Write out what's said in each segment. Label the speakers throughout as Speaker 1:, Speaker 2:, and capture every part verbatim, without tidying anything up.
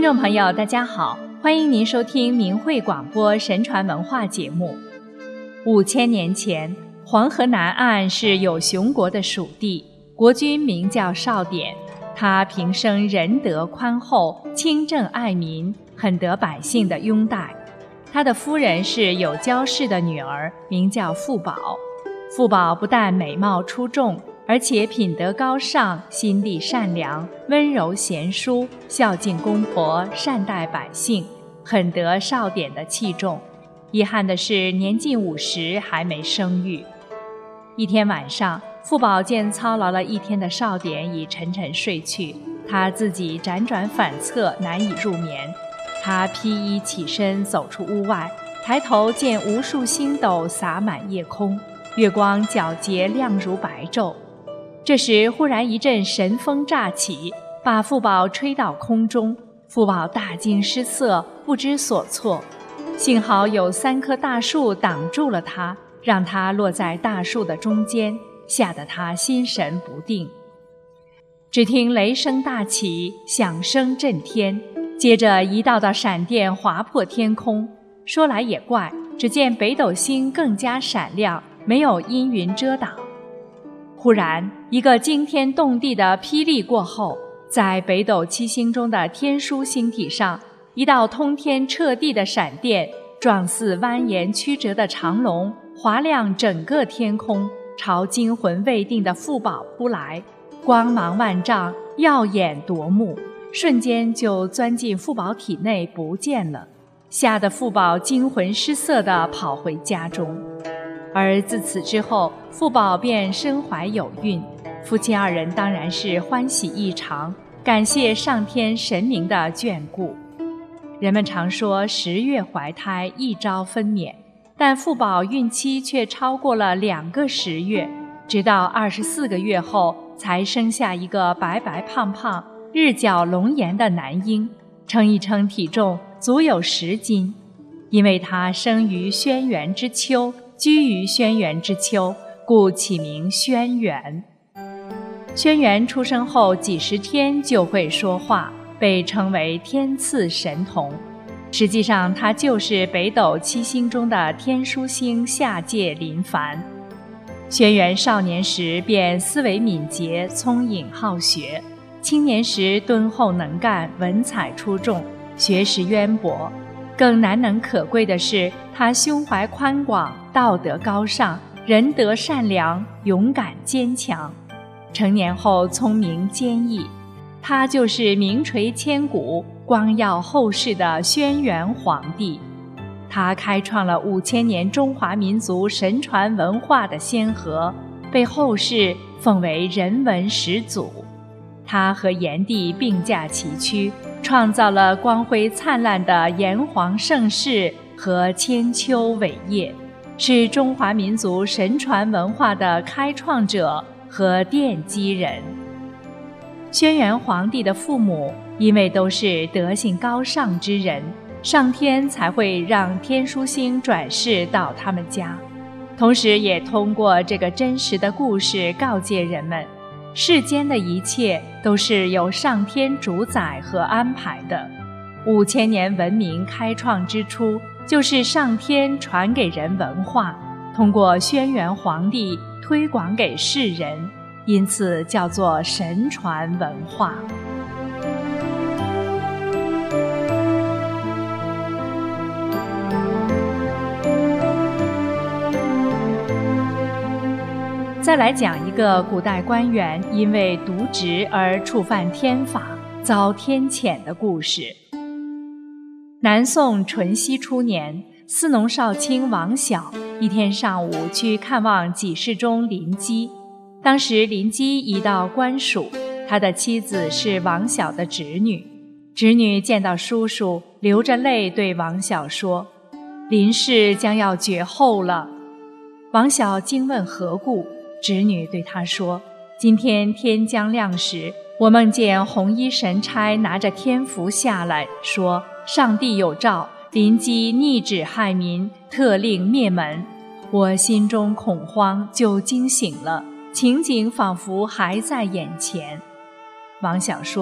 Speaker 1: 众朋友大家好，欢迎您收听明慧广播神传文化节目。五千年前，黄河南岸是有熊国的属地，国君名叫少典，他平生仁德宽厚，清正爱民，很得百姓的拥戴。他的夫人是有焦氏的女儿，名叫傅宝。傅宝不但美貌出众，而且品德高尚，心地善良，温柔贤淑，孝敬公婆，善待百姓，很得少典的器重。遗憾的是，年近五十还没生育。一天晚上，傅宝见操劳了一天的少典已沉沉睡去，他自己辗转反侧，难以入眠。他披衣起身，走出屋外，抬头见无数星斗洒满夜空，月光皎洁亮如白昼。这时忽然一阵神风乍起，把傅宝吹到空中。傅宝大惊失色，不知所措。幸好有三棵大树挡住了他，让他落在大树的中间，吓得他心神不定。只听雷声大起，响声震天，接着一道道闪电划破天空。说来也怪，只见北斗星更加闪亮，没有阴云遮挡。忽然一个惊天动地的霹雳过后，在北斗七星中的天枢星体上，一道通天彻地的闪电，状似蜿蜒曲折的长龙，划亮整个天空，朝惊魂未定的傅宝扑来，光芒万丈，耀眼夺目，瞬间就钻进傅宝体内不见了，吓得傅宝惊魂失色地跑回家中。而自此之后，傅宝便身怀有孕，夫妻二人当然是欢喜异常，感谢上天神明的眷顾。人们常说十月怀胎，一朝分娩，但傅宝孕期却超过了两个十月，直到二十四个月后才生下一个白白胖胖、日角龙颜的男婴，称一称体重足有十斤。因为他生于轩辕之秋，居于轩辕之秋，故起名轩辕。轩辕出生后几十天就会说话，被称为天赐神童。实际上他就是北斗七星中的天枢星下界临凡。轩辕少年时便思维敏捷，聪颖好学，青年时敦厚能干，文采出众，学识渊博。更难能可贵的是，他胸怀宽广，道德高尚，仁德善良，勇敢坚强。成年后聪明坚毅，他就是名垂千古、光耀后世的轩辕皇帝。他开创了五千年中华民族神传文化的先河，被后世奉为人文始祖。他和炎帝并驾齐驱，创造了光辉灿烂的炎黄盛世和千秋伟业，是中华民族神传文化的开创者和奠基人。轩辕皇帝的父母因为都是德行高尚之人，上天才会让天枢星转世到他们家，同时也通过这个真实的故事告诫人们，世间的一切都是由上天主宰和安排的。五千年文明开创之初，就是上天传给人文化，通过轩辕皇帝推广给世人，因此叫做神传文化。再来讲一个古代官员因为渎职而触犯天法，遭天谴的故事。南宋淳熙初年，司农少卿王晓一天上午去看望给事中林基。当时林基已到官署，他的妻子是王晓的侄女。侄女见到叔叔，流着泪对王晓说：“林氏将要绝后了。”王晓惊问何故，侄女对他说：“今天天将亮时，我梦见红衣神差拿着天符下来，说上帝有诏，林基逆旨害民，特令灭门。我心中恐慌，就惊醒了，情景仿佛还在眼前。”王晓说：“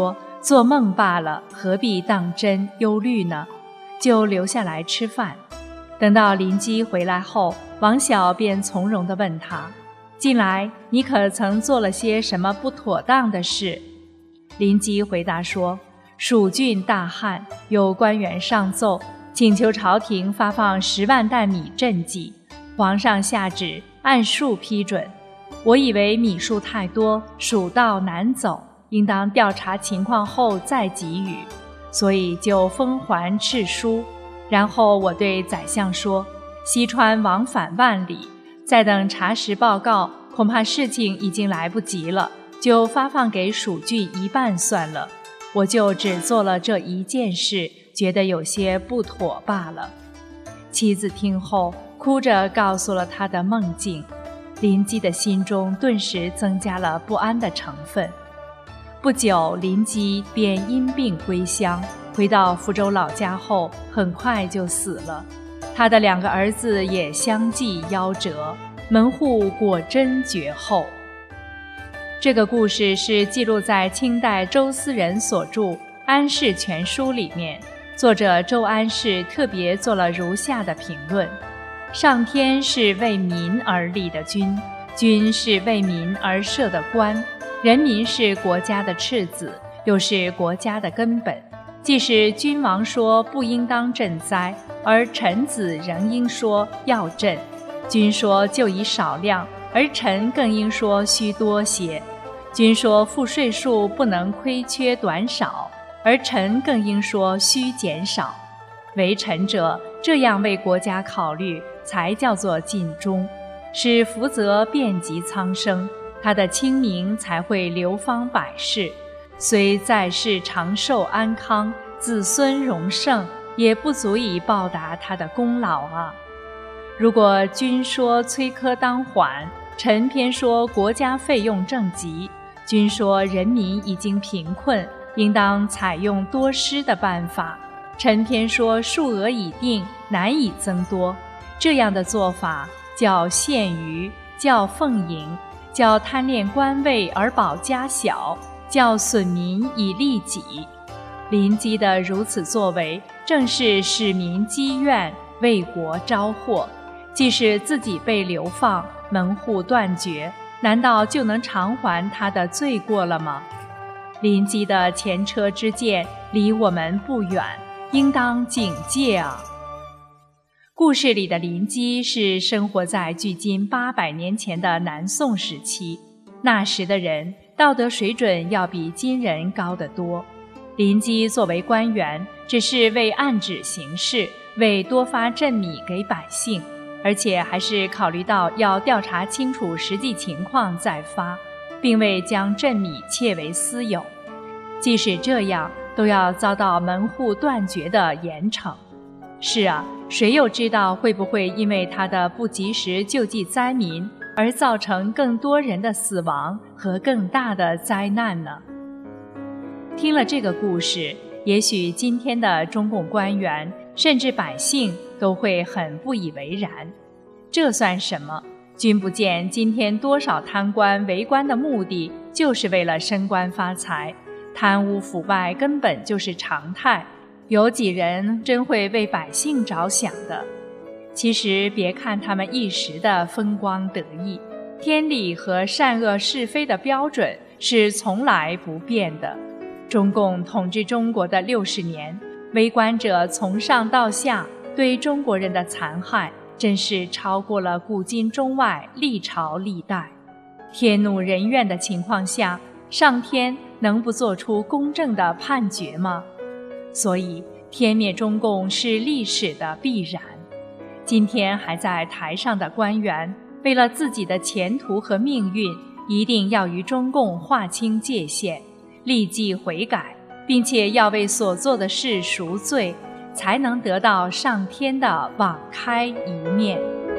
Speaker 1: 做梦罢了，何必当真忧虑呢？就留下来吃饭。等到邻居回来后，王晓便从容地问他：近来你可曾做了些什么不妥当的事？邻居回答说：蜀郡大旱，有官员上奏，请求朝廷发放十万担米赈济，皇上下旨按数批准。我以为米数太多，蜀道难走，应当调查情况后再给予，所以就封还敕书。然后我对宰相说：西川往返万里，再等查实报告，恐怕事情已经来不及了，就发放给蜀郡一半算了。我就只做了这一件事，觉得有些不妥罢了。妻子听后，哭着告诉了他的梦境，邻居的心中顿时增加了不安的成分。不久，邻居便因病归乡，回到福州老家后，很快就死了。他的两个儿子也相继夭折，门户果真绝后。这个故事是记录在清代周思仁所著《安世全书》里面，作者周安世特别做了如下的评论：上天是为民而立的君，君是为民而设的官，人民是国家的赤子，又是国家的根本。即使君王说不应当赈灾，而臣子仍应说要赈；君说就以少量，而臣更应说需多些；君说赋税数不能亏缺短少，而臣更应说需减少。为臣者这样为国家考虑，才叫做尽忠，使福泽遍及苍生，他的清明才会流芳百世。虽在世长寿安康，子孙荣盛，也不足以报答他的功劳啊。如果君说催科当缓，臣偏说国家费用正急；君说人民已经贫困，应当采用多施的办法，臣偏说数额已定，难以增多。这样的做法叫陷于，叫奉迎，叫贪恋官位而保家小，叫损民以利己。邻居的如此作为，正是使民积怨，为国招祸。即使自己被流放，门户断绝，难道就能偿还他的罪过了吗？邻居的前车之鉴离我们不远，应当警戒啊！故事里的邻居是生活在距今八百年前的南宋时期，那时的人道德水准要比今人高得多。邻居作为官员，只是为按旨行事，为多发赈米给百姓，而且还是考虑到要调查清楚实际情况再发，并未将赈米窃为私有。即使这样，都要遭到门户断绝的严惩。是啊，谁又知道会不会因为他的不及时救济灾民，而造成更多人的死亡和更大的灾难呢？听了这个故事，也许今天的中共官员甚至百姓都会很不以为然。这算什么？君不见今天多少贪官为官的目的就是为了升官发财，贪污腐败根本就是常态，有几人真会为百姓着想的？其实别看他们一时的风光得意，天理和善恶是非的标准是从来不变的。中共统治中国的六十年，为官者从上到下对中国人的残害，真是超过了古今中外历朝历代。天怒人怨的情况下，上天能不做出公正的判决吗？所以天灭中共是历史的必然。今天还在台上的官员，为了自己的前途和命运，一定要与中共划清界限，立即悔改，并且要为所做的事赎罪，才能得到上天的网开一面。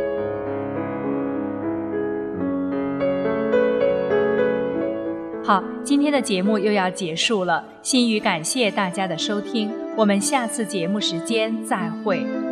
Speaker 1: 好，今天的节目又要结束了，心语感谢大家的收听，我们下次节目时间再会。